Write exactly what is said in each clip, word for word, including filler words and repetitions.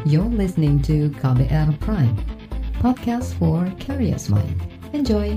You're listening to K B R Prime, podcast for curious mind. Enjoy!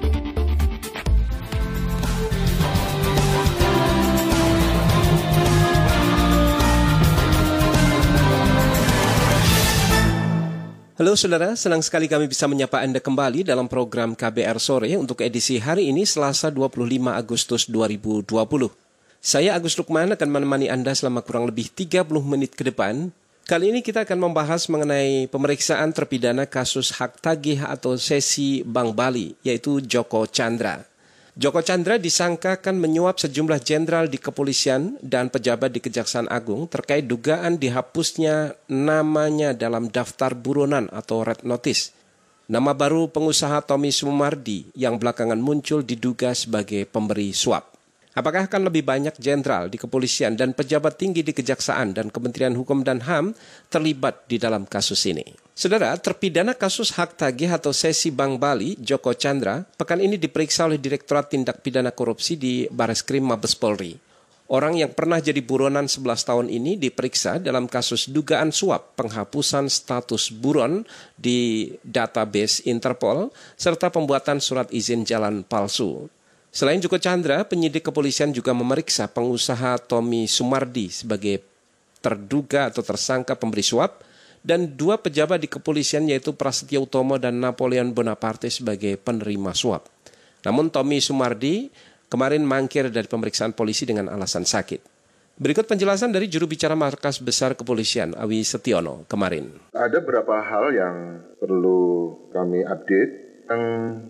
Halo saudara, senang sekali kami bisa menyapa Anda kembali dalam program K B R Sore untuk edisi hari ini Selasa dua puluh lima Agustus dua ribu dua puluh. Saya Agus Lukman akan menemani Anda selama kurang lebih tiga puluh menit ke depan. Kali ini kita akan membahas mengenai pemeriksaan terpidana kasus hak tagih atau sesi Bank Bali, yaitu Joko Chandra. Joko Chandra disangkakan menyuap sejumlah jenderal di kepolisian dan pejabat di Kejaksaan Agung terkait dugaan dihapusnya namanya dalam daftar buronan atau red notice. Nama baru pengusaha Tommy Sumardi yang belakangan muncul diduga sebagai pemberi suap. Apakah akan lebih banyak jenderal di kepolisian dan pejabat tinggi di Kejaksaan dan Kementerian Hukum dan H A M terlibat di dalam kasus ini? Saudara, terpidana kasus hak tagih atau sesi Bank Bali, Joko Chandra, pekan ini diperiksa oleh Direktorat Tindak Pidana Korupsi di Bareskrim Mabes Polri. Orang yang pernah jadi buronan sebelas tahun ini diperiksa dalam kasus dugaan suap penghapusan status buron di database Interpol serta pembuatan surat izin jalan palsu. Selain Joko Chandra, penyidik kepolisian juga memeriksa pengusaha Tommy Sumardi sebagai terduga atau tersangka pemberi suap dan dua pejabat di kepolisian yaitu Prasetyo Utomo dan Napoleon Bonaparte sebagai penerima suap. Namun Tommy Sumardi kemarin mangkir dari pemeriksaan polisi dengan alasan sakit. Berikut penjelasan dari juru bicara Markas Besar Kepolisian Awi Setiono kemarin. Ada beberapa hal yang perlu kami update. Yang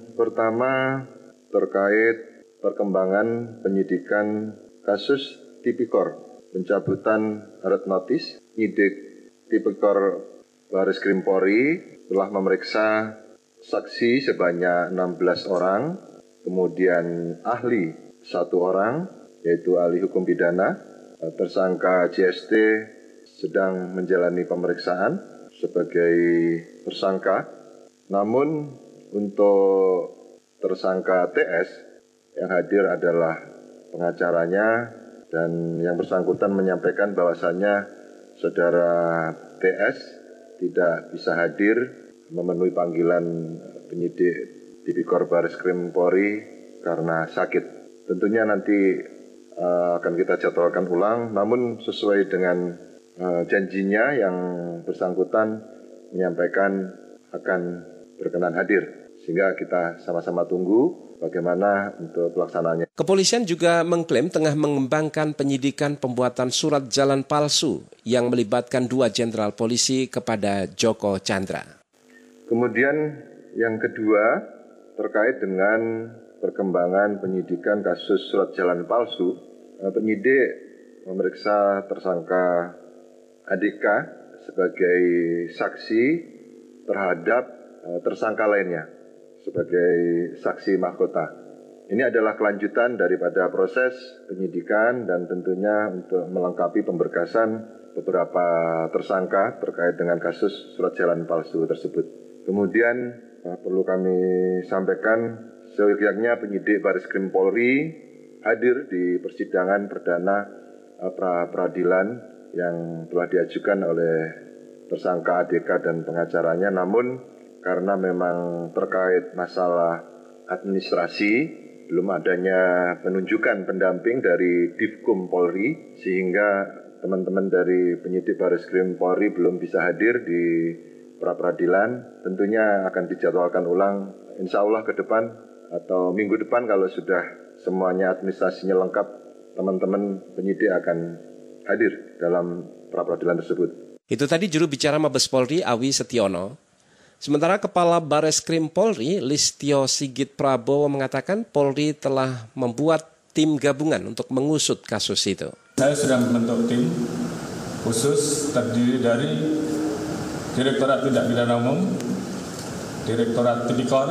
pertama terkait perkembangan penyidikan kasus Tipikor, pencabutan red notice. Penyidik Tipikor Bareskrim Polri telah memeriksa saksi sebanyak enam belas orang, kemudian ahli satu orang, yaitu ahli hukum pidana. Tersangka J S T sedang menjalani pemeriksaan sebagai tersangka. Namun untuk tersangka T S yang hadir adalah pengacaranya dan yang bersangkutan menyampaikan bahwasannya saudara T S tidak bisa hadir memenuhi panggilan penyidik Tipikor Bareskrim Polri karena sakit. Tentunya nanti uh, akan kita jadwalkan ulang, namun sesuai dengan uh, janjinya yang bersangkutan menyampaikan akan berkenan hadir. Sehingga kita sama-sama tunggu bagaimana untuk pelaksanaannya. Kepolisian juga mengklaim tengah mengembangkan penyidikan pembuatan surat jalan palsu yang melibatkan dua jenderal polisi kepada Joko Chandra. Kemudian yang kedua terkait dengan perkembangan penyidikan kasus surat jalan palsu, penyidik memeriksa tersangka A D K sebagai saksi terhadap tersangka lainnya sebagai saksi mahkota. Ini adalah kelanjutan daripada proses penyidikan dan tentunya untuk melengkapi pemberkasan beberapa tersangka terkait dengan kasus surat jalan palsu tersebut. Kemudian perlu kami sampaikan seyogyanya penyidik Bareskrim Polri hadir di persidangan perdana pra peradilan yang telah diajukan oleh tersangka A D K dan pengacaranya, namun karena memang terkait masalah administrasi, belum adanya penunjukan pendamping dari Divkum Polri, sehingga teman-teman dari penyidik Bareskrim Polri belum bisa hadir di pra-peradilan. Tentunya akan dijadwalkan ulang, insya Allah ke depan atau minggu depan kalau sudah semuanya administrasinya lengkap, teman-teman penyidik akan hadir dalam pra-peradilan tersebut. Itu tadi juru bicara Mabes Polri Awi Setiono. Sementara Kepala Bareskrim Polri, Listio Sigit Prabowo mengatakan Polri telah membuat tim gabungan untuk mengusut kasus itu. Saya sudah membentuk tim khusus terdiri dari Direktorat Tindak Pidana Umum, Direktorat Tipikor,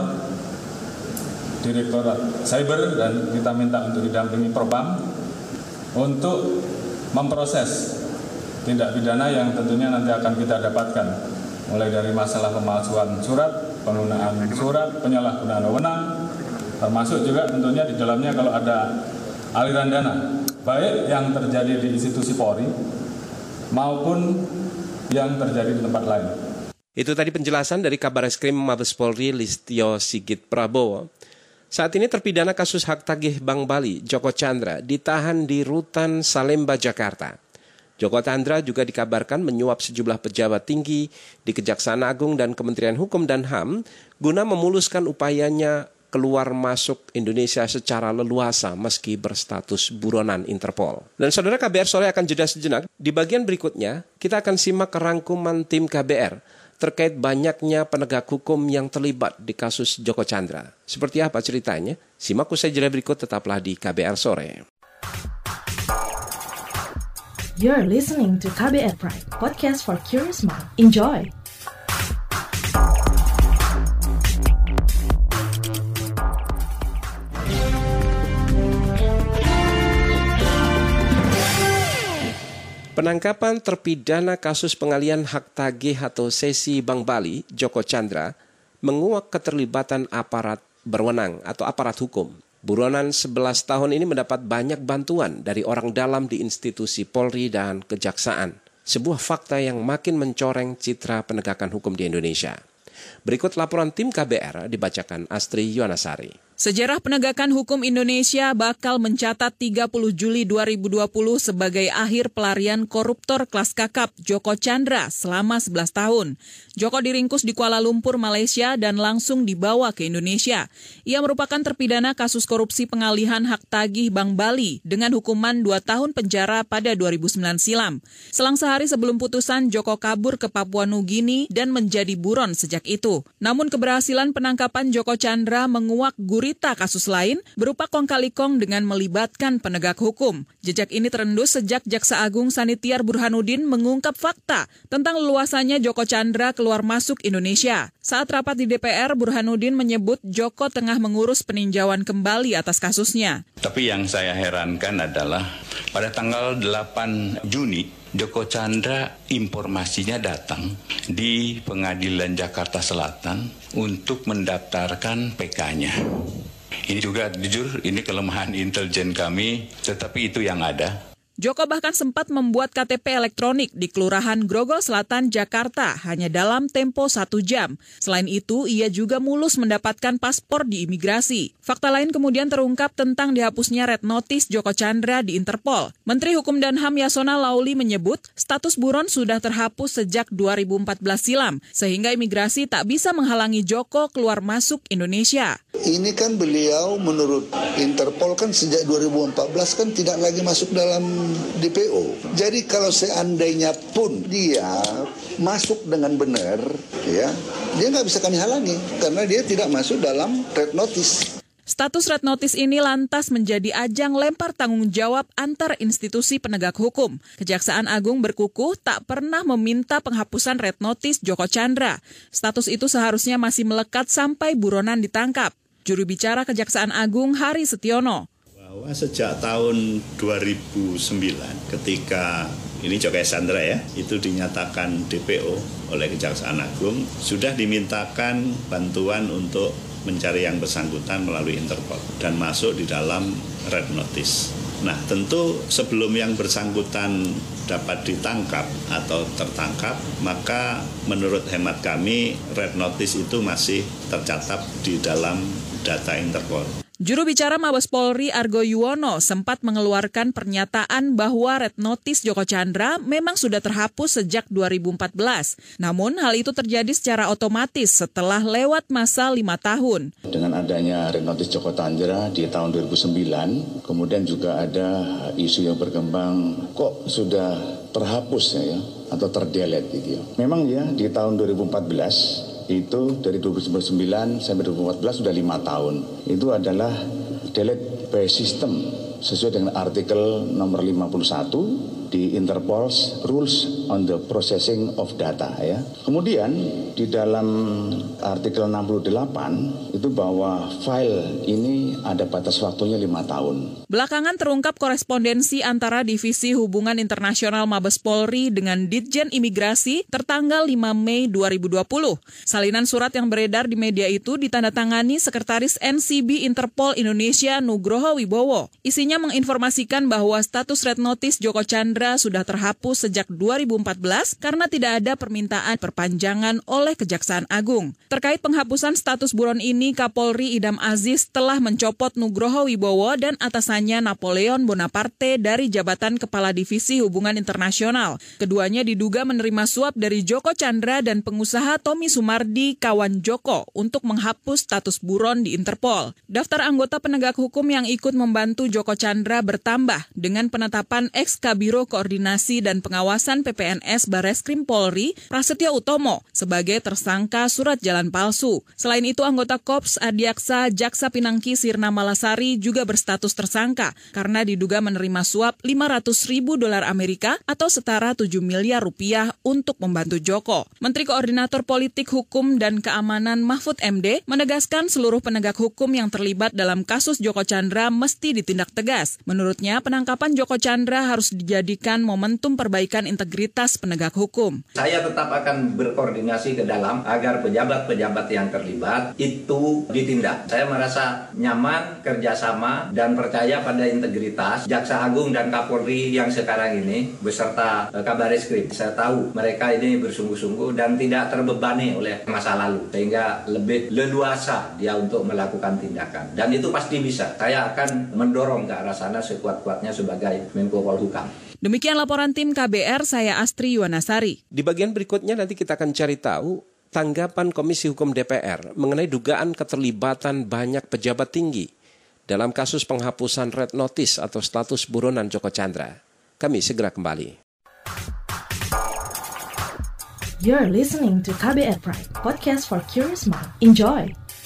Direktorat Cyber, dan kita minta untuk didampingi Propam untuk memproses tindak pidana yang tentunya nanti akan kita dapatkan. Mulai dari masalah pemalsuan surat, penggunaan surat, penyalahgunaan wewenang, termasuk juga tentunya di dalamnya kalau ada aliran dana, baik yang terjadi di institusi Polri maupun yang terjadi di tempat lain. Itu tadi penjelasan dari Kabareskrim Mabes Polri Listio Sigit Prabowo. Saat ini terpidana kasus hak tagih Bank Bali, Joko Chandra, ditahan di Rutan Salemba, Jakarta. Joko Chandra juga dikabarkan menyuap sejumlah pejabat tinggi di Kejaksaan Agung dan Kementerian Hukum dan H A M guna memuluskan upayanya keluar masuk Indonesia secara leluasa meski berstatus buronan Interpol. Dan saudara, K B R Sore akan jeda sejenak. Di bagian berikutnya, kita akan simak rangkuman tim K B R terkait banyaknya penegak hukum yang terlibat di kasus Joko Chandra. Seperti apa ceritanya? Simak usai jeda berikut, tetaplah di K B R Sore. You're listening to K B R Prime, podcast for curious mind. Enjoy! Penangkapan terpidana kasus pengalian hak tagih atau sesi Bank Bali, Joko Chandra, menguak keterlibatan aparat berwenang atau aparat hukum. Buronan sebelas tahun ini mendapat banyak bantuan dari orang dalam di institusi Polri dan Kejaksaan. Sebuah fakta yang makin mencoreng citra penegakan hukum di Indonesia. Berikut laporan tim K B R dibacakan Astri Yuwanasari. Sejarah penegakan hukum Indonesia bakal mencatat tiga puluh Juli dua ribu dua puluh sebagai akhir pelarian koruptor kelas kakap Joko Chandra selama sebelas tahun. Joko diringkus di Kuala Lumpur, Malaysia dan langsung dibawa ke Indonesia. Ia merupakan terpidana kasus korupsi pengalihan hak tagih Bank Bali dengan hukuman dua tahun penjara pada dua ribu sembilan silam. Selang sehari sebelum putusan, Joko kabur ke Papua Nugini dan menjadi buron sejak itu. Namun keberhasilan penangkapan Joko Chandra menguak gurita kasus lain berupa kong kali kong dengan melibatkan penegak hukum. Jejak ini terendus sejak Jaksa Agung Sanitiar Burhanuddin mengungkap fakta tentang leluasannya Joko Chandra keluar masuk Indonesia. Saat rapat di D P R, Burhanuddin menyebut Joko tengah mengurus peninjauan kembali atas kasusnya. Tapi yang saya herankan adalah pada tanggal delapan Juni, Joko Chandra informasinya datang di Pengadilan Jakarta Selatan untuk mendaftarkan P K-nya. Ini juga jujur, ini kelemahan intelijen kami, tetapi itu yang ada. Joko bahkan sempat membuat K T P elektronik di Kelurahan Grogol Selatan, Jakarta hanya dalam tempo satu jam. Selain itu, ia juga mulus mendapatkan paspor di imigrasi. Fakta lain kemudian terungkap tentang dihapusnya red notice Joko Chandra di Interpol. Menteri Hukum dan H A M Yasona Lauli menyebut status buron sudah terhapus sejak dua ribu empat belas silam, sehingga imigrasi tak bisa menghalangi Joko keluar masuk Indonesia. Ini kan beliau menurut Interpol kan sejak dua ribu empat belas kan tidak lagi masuk dalam D P O. Jadi kalau seandainya pun dia masuk dengan benar, ya, dia nggak bisa kami halangi karena dia tidak masuk dalam red notice. Status red notice ini lantas menjadi ajang lempar tanggung jawab antar institusi penegak hukum. Kejaksaan Agung berkukuh tak pernah meminta penghapusan red notice Joko Chandra. Status itu seharusnya masih melekat sampai buronan ditangkap. Juru bicara Kejaksaan Agung Hari Setiono. Bahwa sejak tahun dua ribu sembilan ketika ini Joko Chandra ya, itu dinyatakan D P O oleh Kejaksaan Agung, sudah dimintakan bantuan untuk mencari yang bersangkutan melalui Interpol dan masuk di dalam red notice. Nah, tentu sebelum yang bersangkutan dapat ditangkap atau tertangkap, maka menurut hemat kami red notice itu masih tercatat di dalam data Interpol. Juru bicara Mabes Polri Argo Yuwono sempat mengeluarkan pernyataan bahwa red notice Joko Chandra memang sudah terhapus sejak dua ribu empat belas. Namun hal itu terjadi secara otomatis setelah lewat masa lima tahun. Dengan adanya red notice Joko Chandra di tahun dua ribu sembilan, kemudian juga ada isu yang berkembang kok sudah terhapus ya, atau terdelete gitu ya. Memang ya di tahun dua ribu empat belas itu dari dua ribu sembilan sampai dua ribu empat belas sudah lima tahun. Itu adalah delete by system sesuai dengan artikel nomor lima puluh satu di Interpol's Rules on the Processing of Data ya. Kemudian di dalam artikel enam puluh delapan itu bahwa file ini ada batas waktunya lima tahun. Belakangan terungkap korespondensi antara Divisi Hubungan Internasional Mabes Polri dengan Ditjen Imigrasi tertanggal lima Mei dua ribu dua puluh. Salinan surat yang beredar di media itu ditandatangani Sekretaris N C B Interpol Indonesia Nugroho Wibowo. Isinya menginformasikan bahwa status red notice Joko Chandra Chandra sudah terhapus sejak dua ribu empat belas karena tidak ada permintaan perpanjangan oleh Kejaksaan Agung. Terkait penghapusan status buron ini, Kapolri Idam Aziz telah mencopot Nugroho Wibowo dan atasannya Napoleon Bonaparte dari jabatan Kepala Divisi Hubungan Internasional. Keduanya diduga menerima suap dari Joko Chandra dan pengusaha Tommy Sumardi, kawan Joko, untuk menghapus status buron di Interpol. Daftar anggota penegak hukum yang ikut membantu Joko Chandra bertambah dengan penetapan ex-Kabiro Koordinasi dan Pengawasan P P N S Bareskrim Polri, Prasetyo Utomo, sebagai tersangka surat jalan palsu. Selain itu, anggota Korps Adiaksa Jaksa Pinangki Sirna Malasari juga berstatus tersangka karena diduga menerima suap lima ratus ribu dolar Amerika atau setara tujuh miliar rupiah untuk membantu Joko. Menteri Koordinator Politik, Hukum, dan Keamanan Mahfud M D menegaskan seluruh penegak hukum yang terlibat dalam kasus Joko Chandra mesti ditindak tegas. Menurutnya, penangkapan Joko Chandra harus dijadikan momentum perbaikan integritas penegak hukum. Saya tetap akan berkoordinasi ke dalam agar pejabat-pejabat yang terlibat itu ditindak. Saya merasa nyaman, kerjasama, dan percaya pada integritas Jaksa Agung dan Kapolri yang sekarang ini beserta Kabareskrim. Saya tahu mereka ini bersungguh-sungguh dan tidak terbebani oleh masa lalu, sehingga lebih leluasa dia untuk melakukan tindakan. Dan itu pasti bisa. Saya akan mendorong ke arah sana sekuat-kuatnya sebagai Menko Polhukam. Demikian laporan tim K B R, saya Astri Yuwanasari. Di bagian berikutnya nanti kita akan cari tahu tanggapan Komisi Hukum D P R mengenai dugaan keterlibatan banyak pejabat tinggi dalam kasus penghapusan red notice atau status buronan Joko Chandra. Kami segera kembali. You're listening to K B R Pride, podcast for curious mind. Enjoy!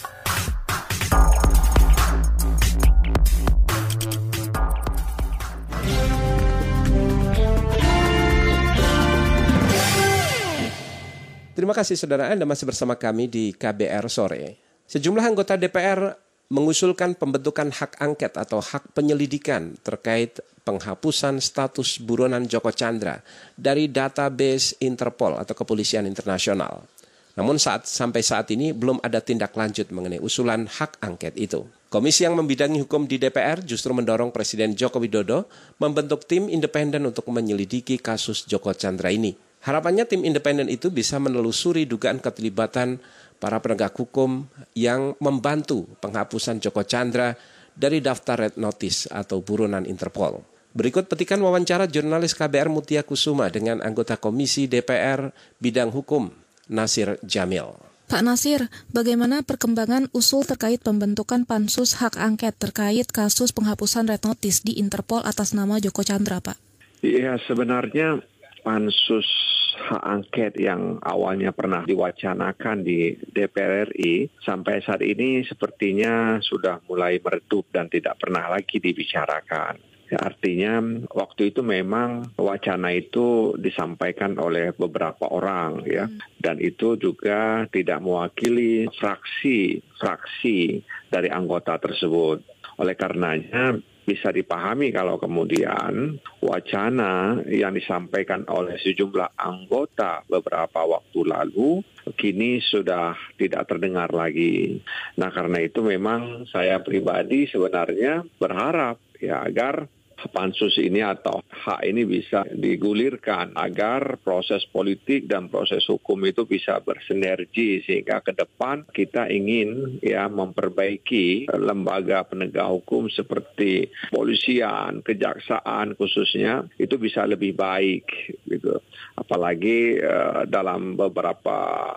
Terima kasih saudara, Anda masih bersama kami di K B R Sore. Sejumlah anggota D P R mengusulkan pembentukan hak angket atau hak penyelidikan terkait penghapusan status buronan Joko Chandra dari database Interpol atau Kepolisian Internasional. Namun saat sampai saat ini belum ada tindak lanjut mengenai usulan hak angket itu. Komisi yang membidangi hukum di D P R justru mendorong Presiden Joko Widodo membentuk tim independen untuk menyelidiki kasus Joko Chandra ini. Harapannya tim independen itu bisa menelusuri dugaan keterlibatan para penegak hukum yang membantu penghapusan Joko Chandra dari daftar red notice atau buronan Interpol. Berikut petikan wawancara jurnalis K B R Mutia Kusuma dengan anggota Komisi D P R Bidang Hukum, Nasir Jamil. Pak Nasir, bagaimana perkembangan usul terkait pembentukan pansus hak angket terkait kasus penghapusan red notice di Interpol atas nama Joko Chandra, Pak? Iya, sebenarnya pansus hak angket yang awalnya pernah diwacanakan di D P R R I sampai saat ini sepertinya sudah mulai meredup dan tidak pernah lagi dibicarakan. Artinya waktu itu memang wacana itu disampaikan oleh beberapa orang ya, dan itu juga tidak mewakili fraksi-fraksi dari anggota tersebut. Oleh karenanya bisa dipahami kalau kemudian wacana yang disampaikan oleh sejumlah anggota beberapa waktu lalu kini sudah tidak terdengar lagi. Nah, karena itu memang saya pribadi sebenarnya berharap ya agar pansus ini atau hak ini bisa digulirkan agar proses politik dan proses hukum itu bisa bersinergi sehingga ke depan kita ingin ya memperbaiki lembaga penegak hukum seperti polisian, kejaksaan khususnya itu bisa lebih baik gitu. Apalagi uh, dalam beberapa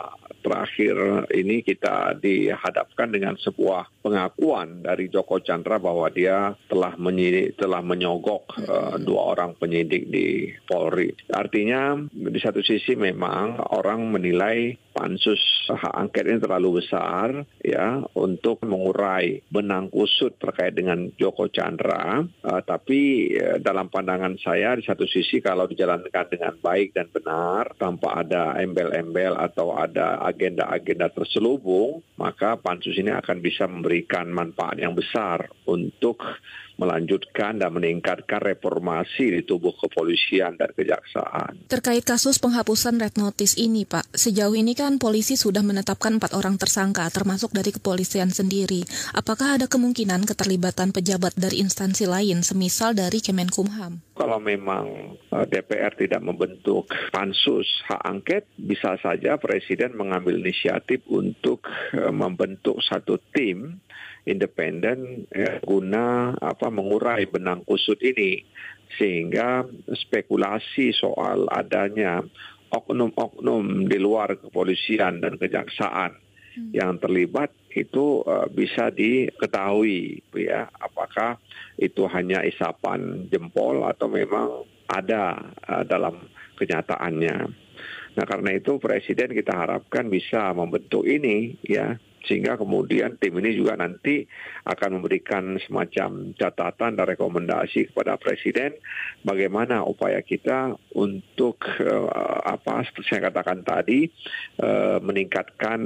terakhir ini kita dihadapkan dengan sebuah pengakuan dari Joko Chandra bahwa dia telah menyidik, telah menyogok uh, dua orang penyidik di Polri. Artinya di satu sisi memang orang menilai pansus hak angket ini terlalu besar ya untuk mengurai benang kusut terkait dengan Joko Chandra. Uh, tapi uh, dalam pandangan saya di satu sisi kalau dijalankan dengan baik dan benar tanpa ada embel-embel atau ada agenda-agenda terselubung, maka pansus ini akan bisa memberikan manfaat yang besar untuk melanjutkan dan meningkatkan reformasi di tubuh kepolisian dan kejaksaan. Terkait kasus penghapusan red notice ini, Pak, sejauh ini kan polisi sudah menetapkan empat orang tersangka, termasuk dari kepolisian sendiri. Apakah ada kemungkinan keterlibatan pejabat dari instansi lain, semisal dari Kemenkumham? Kalau memang D P R tidak membentuk pansus hak angket, bisa saja Presiden mengambil inisiatif untuk membentuk satu tim independen ya, guna apa mengurai benang kusut ini, sehingga spekulasi soal adanya oknum-oknum di luar kepolisian dan kejaksaan hmm. yang terlibat itu uh, bisa diketahui ya, apakah itu hanya isapan jempol atau memang ada uh, dalam kenyataannya. Nah, karena itu Presiden kita harapkan bisa membentuk ini ya, sehingga kemudian tim ini juga nanti akan memberikan semacam catatan dan rekomendasi kepada Presiden bagaimana upaya kita untuk uh, apa seperti saya katakan tadi uh, meningkatkan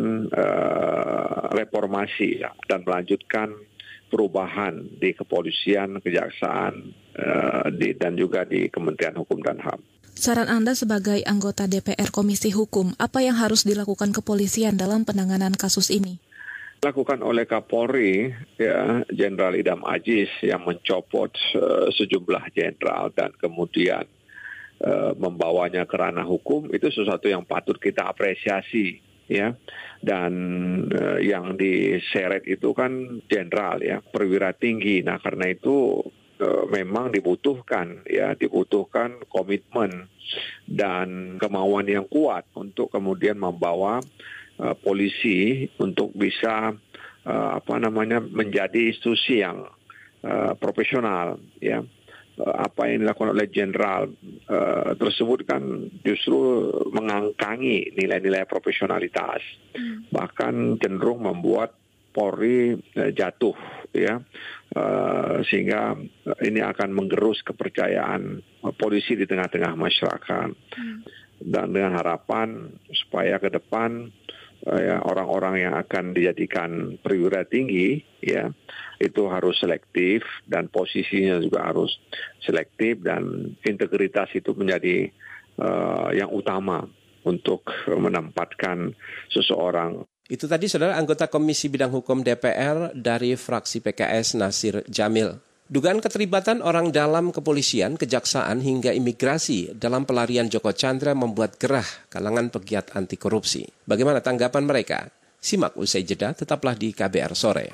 uh, reformasi ya, dan melanjutkan perubahan di kepolisian, kejaksaan uh, di, dan juga di Kementerian Hukum dan H A M. Saran Anda sebagai anggota D P R Komisi Hukum, apa yang harus dilakukan kepolisian dalam penanganan kasus ini? Dilakukan oleh Kapolri, ya, Jenderal Idam Aziz yang mencopot uh, sejumlah jenderal dan kemudian uh, membawanya ke ranah hukum, itu sesuatu yang patut kita apresiasi, ya. Dan uh, yang diseret itu kan jenderal, ya, perwira tinggi. Nah, karena itu uh, memang dibutuhkan, ya, dibutuhkan komitmen dan kemauan yang kuat untuk kemudian membawa Uh, polisi untuk bisa uh, apa namanya menjadi institusi yang uh, profesional ya. Uh, apa yang dilakukan oleh jenderal uh, tersebut kan justru mengangkangi nilai-nilai profesionalitas, hmm. bahkan cenderung membuat Polri uh, jatuh ya, uh, sehingga ini akan menggerus kepercayaan uh, polisi di tengah-tengah masyarakat, hmm. dan dengan harapan supaya ke depan ya, orang-orang yang akan dijadikan perwira tinggi ya itu harus selektif dan posisinya juga harus selektif dan integritas itu menjadi uh, yang utama untuk menempatkan seseorang. Itu tadi saudara anggota Komisi Bidang Hukum D P R dari fraksi P K S Nasir Jamil. Dugaan keterlibatan orang dalam kepolisian, kejaksaan hingga imigrasi dalam pelarian Joko Chandra membuat gerah kalangan pegiat anti korupsi. Bagaimana tanggapan mereka? Simak usai jeda, tetaplah di K B R Sore.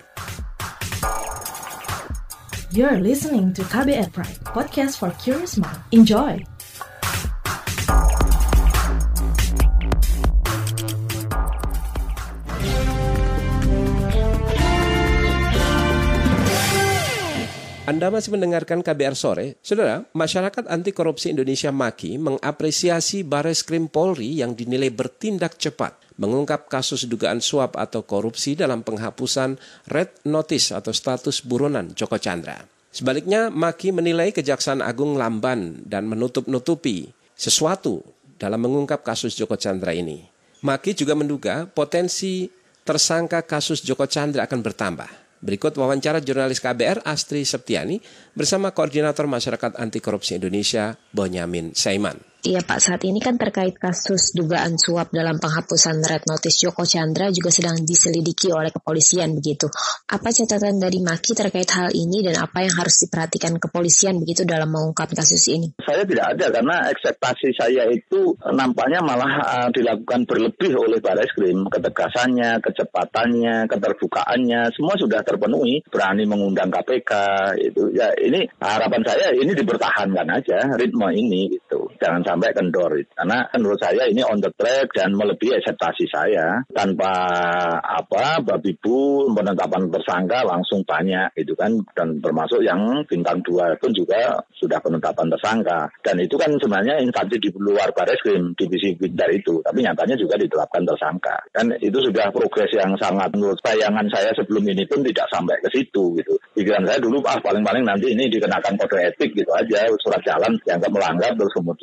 You're listening to K B R Pride, podcast for curious mind. Enjoy! Anda masih mendengarkan K B R Sore. Saudara, Masyarakat Anti Korupsi Indonesia Maki mengapresiasi Bareskrim Polri yang dinilai bertindak cepat mengungkap kasus dugaan suap atau korupsi dalam penghapusan red notice atau status buronan Joko Chandra. Sebaliknya, Maki menilai Kejaksaan Agung lamban dan menutup-nutupi sesuatu dalam mengungkap kasus Joko Chandra ini. Maki juga menduga potensi tersangka kasus Joko Chandra akan bertambah. Berikut wawancara jurnalis K B R Astri Septiani bersama Koordinator Masyarakat Anti Korupsi Indonesia Bonyamin Saiman. Iya Pak, saat ini kan terkait kasus dugaan suap dalam penghapusan red notice Joko Chandra juga sedang diselidiki oleh kepolisian begitu. Apa catatan dari Maki terkait hal ini dan apa yang harus diperhatikan kepolisian begitu dalam mengungkap kasus ini? Saya tidak ada karena ekspektasi saya itu nampaknya malah uh, dilakukan berlebih oleh Bareskrim. Ketegasannya, kecepatannya, keterbukaannya semua sudah terpenuhi. Berani mengundang K P K itu ya, ini harapan saya ini dipertahankan aja ritme ini gitu. Jangan sampai kendor, karena menurut saya ini on the track dan melebihi ekspektasi saya. Tanpa apa babi bu penetapan tersangka langsung banyak itu kan, dan termasuk yang bintang dua pun juga sudah penetapan tersangka, dan itu kan sebenarnya instansi di luar Bareskrim, divisi Bidar itu, tapi nyatanya juga ditetapkan tersangka. Dan itu sudah progres yang sangat, menurut bayangan saya sebelum ini pun tidak sampai ke situ gitu. Pikiran saya dulu ah paling-paling nanti ini dikenakan kode etik gitu aja, surat jalan yang melanggar terus kemudian di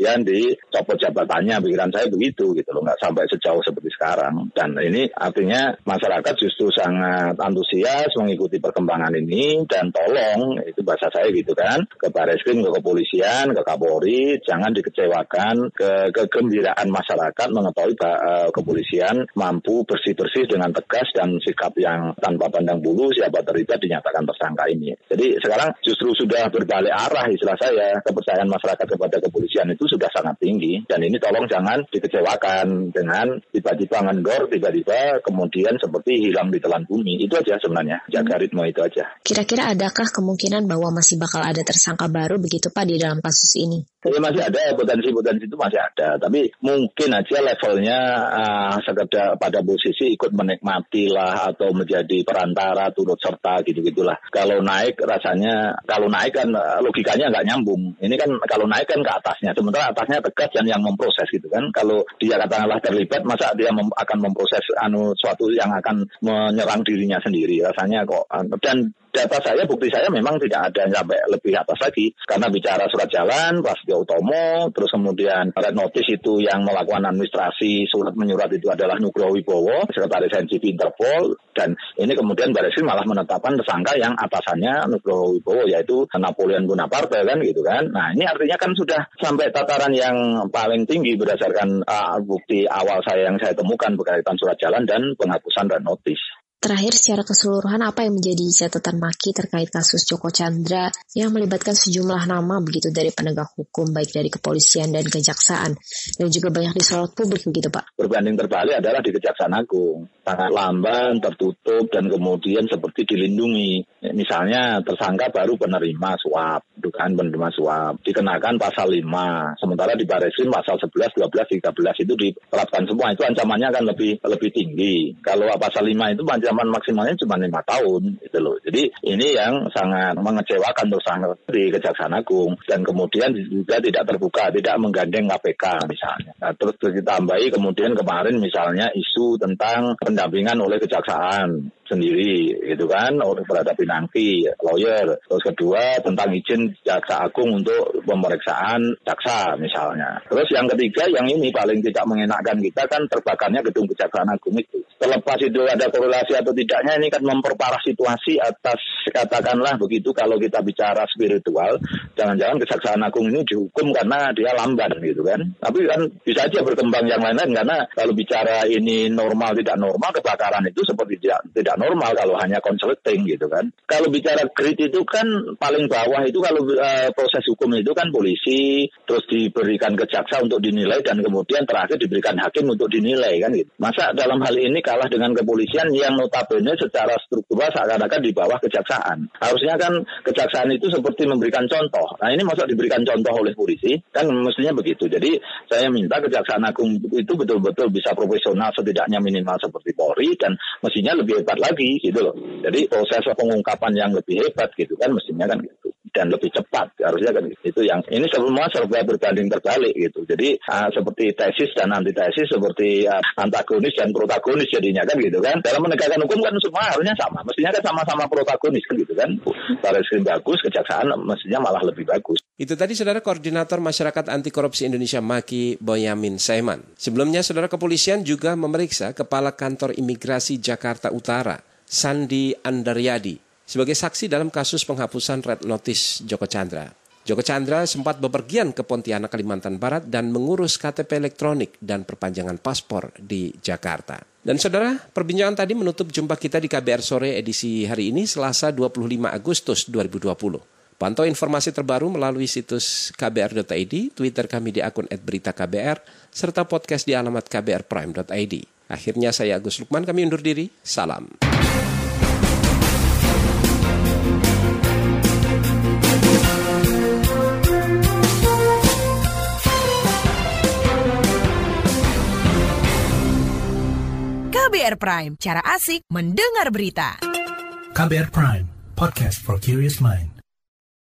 dicopot jabatannya, pikiran saya begitu gitu loh, nggak sampai sejauh seperti sekarang. Dan ini artinya masyarakat justru sangat antusias mengikuti perkembangan ini, dan tolong, itu bahasa saya gitu kan, ke Barreskrim, ke kepolisian, ke Kapolri, jangan dikecewakan, ke kegembiraan masyarakat mengetahui bahwa kepolisian mampu bersih-bersih dengan tegas dan sikap yang tanpa pandang bulu, siapa terlibat dinyatakan tersangka ini. Jadi sekarang justru sudah berbalik arah istilah saya, kepercayaan masyarakat kepada kepolisian itu sudah sangat tinggi, dan ini tolong jangan dikecewakan dengan tiba-tiba ngendor, tiba-tiba kemudian seperti hilang di telan bumi. Itu aja sebenarnya, jaga ritme itu aja. Kira-kira adakah kemungkinan bahwa masih bakal ada tersangka baru begitu Pak di dalam kasus ini? Ya masih ada, potensi-potensi itu masih ada, tapi mungkin aja levelnya uh, sekedar pada posisi ikut menikmati lah, atau menjadi perantara turut serta gitu-gitulah. Kalau naik rasanya, kalau naik kan logikanya nggak nyambung. Ini kan kalau naik kan ke atasnya, sementara atasnya tegas dan yang memproses gitu kan. Kalau dia katakanlah terlibat, masa dia mem- akan memproses anu suatu yang akan menyerang dirinya sendiri, rasanya kok. Dan data saya, bukti saya memang tidak ada sampai lebih atas lagi. Karena bicara surat jalan, Prasetyo Utomo, terus kemudian red notice itu yang melakukan administrasi surat menyurat itu adalah Nugroho Wibowo, Sekretaris N C P Interpol, dan ini kemudian Barreskrim malah menetapkan tersangka yang atasannya Nugroho Wibowo, yaitu Napoleon Bonaparte kan gitu kan. Nah ini artinya kan sudah sampai tataran yang paling tinggi berdasarkan uh, bukti awal saya yang saya temukan berkaitan surat jalan dan penghapusan red notice. Terakhir, secara keseluruhan apa yang menjadi catatan Maki terkait kasus Joko Chandra yang melibatkan sejumlah nama begitu dari penegak hukum, baik dari kepolisian dan kejaksaan, dan juga banyak disorot publik begitu Pak? Berbanding terbalik adalah di Kejaksaan Agung. Sangat lamban, tertutup, dan kemudian seperti dilindungi. Misalnya tersangka baru penerima suap, dugaan penerima suap, dikenakan pasal lima. Sementara di Barreskrim pasal sebelas, dua belas, tiga belas itu diterapkan semua. Itu ancamannya kan lebih lebih tinggi. Kalau pasal lima itu ancaman maksimalnya cuma lima tahun gitu loh. Jadi ini yang sangat mengecewakan tersangka di Kejaksaan Agung, dan kemudian juga tidak terbuka, tidak menggandeng K P K misalnya. Nah, terus ditambahi kemudian kemarin misalnya isu tentang pendampingan oleh kejaksaan sendiri gitu kan, oleh terhadap pinangki, lawyer. Terus kedua tentang izin Jaksa Agung untuk pemeriksaan jaksa misalnya. Terus yang ketiga yang ini paling tidak mengenakkan kita kan terbakarnya gedung Kejaksaan Agung itu. Terlepas itu ada korelasi atau tidaknya, ini kan memperparah situasi atas, katakanlah begitu, kalau kita bicara spiritual, jangan-jangan Kejaksaan Agung ini dihukum karena dia lamban gitu kan. Tapi kan bisa aja berkembang yang lain-lain, karena kalau bicara ini normal tidak normal, kebakaran itu seperti tidak, tidak normal kalau hanya konsleting gitu kan. Kalau bicara grade itu kan paling bawah itu kalau uh, proses hukum itu kan polisi, terus diberikan ke jaksa untuk dinilai, dan kemudian terakhir diberikan hakim untuk dinilai kan gitu. Masa dalam hal ini kalah dengan kepolisian yang notabene secara struktural seakan-akan di bawah kejaksaan. Harusnya kan kejaksaan itu seperti memberikan contoh. Nah ini masa diberikan contoh oleh polisi, kan mestinya begitu. Jadi saya minta Kejaksaan Agung itu betul-betul bisa profesional, setidaknya minimal seperti Polri, dan mestinya lebih hebat lagi gitu loh. Jadi proses pengungkapan yang lebih hebat gitu kan mestinya kan gitu, dan lebih cepat harusnya kan gitu. Itu yang ini semua serba berbanding terbalik gitu. Jadi uh, seperti tesis dan antitesis, seperti uh, antagonis dan protagonis jadinya kan gitu kan. Dalam menegakkan hukum kan semua harusnya sama, mestinya kan sama-sama protagonis kan gitu kan. Barreskrim bagus, kejaksaan mestinya malah lebih bagus. Itu tadi Saudara Koordinator Masyarakat Anti Korupsi Indonesia Maki Boyamin Saiman. Sebelumnya Saudara kepolisian juga memeriksa Kepala Kantor Imigrasi Jakarta Utara, Sandi Andaryadi, sebagai saksi dalam kasus penghapusan red notice Joko Chandra. Joko Chandra sempat bepergian ke Pontianak, Kalimantan Barat dan mengurus K T P elektronik dan perpanjangan paspor di Jakarta. Dan Saudara, perbincangan tadi menutup jumpa kita di K B R Sore edisi hari ini Selasa dua puluh lima Agustus dua ribu dua puluh. Pantau informasi terbaru melalui situs k b r dot i d, Twitter kami di akun et berita k b r, serta podcast di alamat k b r prime dot i d. Akhirnya saya Agus Lukman, kami undur diri. Salam. K B R Prime, cara asik mendengar berita. K B R Prime, podcast for curious mind.